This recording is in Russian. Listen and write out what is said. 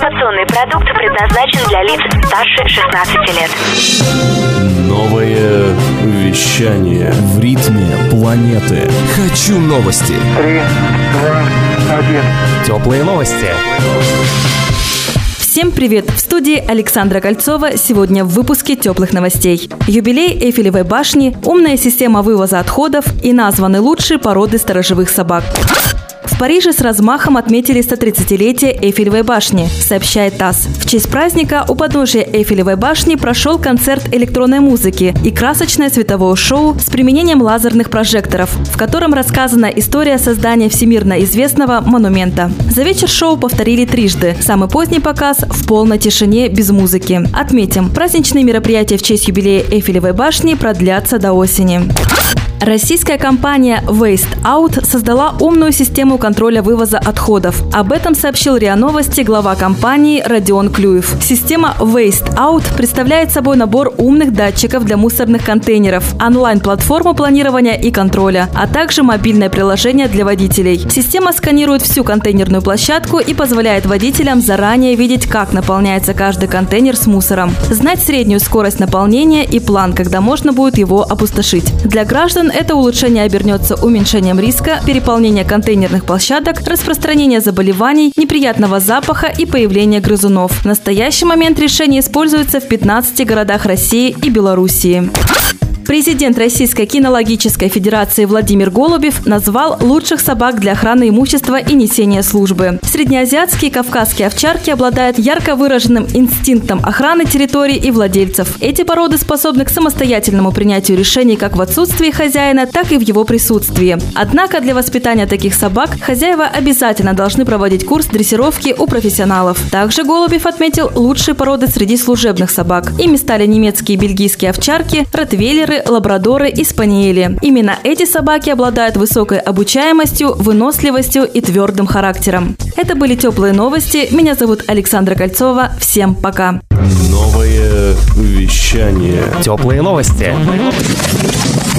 Информационный продукт предназначен для лиц старше 16 лет. Новое вещание в ритме планеты. Хочу новости. 3, 2, 1. Теплые новости. Всем привет! В студии Александра Кольцова. Сегодня в выпуске теплых новостей. Юбилей Эйфелевой башни, умная система вывоза отходов и названы лучшие породы сторожевых собак. В Париже с размахом отметили 130-летие Эйфелевой башни, сообщает ТАСС. В честь праздника у подножия Эйфелевой башни прошел концерт электронной музыки и красочное световое шоу с применением лазерных прожекторов, в котором рассказана история создания всемирно известного монумента. За вечер шоу повторили трижды. Самый поздний показ в полной тишине без музыки. Отметим, праздничные мероприятия в честь юбилея Эйфелевой башни продлятся до осени. Российская компания Waste Out создала умную систему контроля вывоза отходов. Об этом сообщил РИА Новости глава компании Родион Клюев. Система Waste Out представляет собой набор умных датчиков для мусорных контейнеров, онлайн-платформу планирования и контроля, а также мобильное приложение для водителей. Система сканирует всю контейнерную площадку и позволяет водителям заранее видеть, как наполняется каждый контейнер с мусором, знать среднюю скорость наполнения и план, когда можно будет его опустошить. Для граждан это улучшение обернется уменьшением риска переполнения контейнерных площадок, распространения заболеваний, неприятного запаха и появления грызунов. В настоящий момент решение используется в 15 городах России и Белоруссии. Президент Российской кинологической федерации Владимир Голубев назвал лучших собак для охраны имущества и несения службы. Среднеазиатские и кавказские овчарки обладают ярко выраженным инстинктом охраны территорий и владельцев. Эти породы способны к самостоятельному принятию решений как в отсутствии хозяина, так и в его присутствии. Однако для воспитания таких собак хозяева обязательно должны проводить курс дрессировки у профессионалов. Также Голубев отметил лучшие породы среди служебных собак. Ими стали немецкие и бельгийские овчарки, ротвейлеры, лабрадоры и спаниели. Именно эти собаки обладают высокой обучаемостью, выносливостью и твердым характером. Это были теплые новости. Меня зовут Александра Кольцова. Всем пока. Новое вещание. Теплые новости.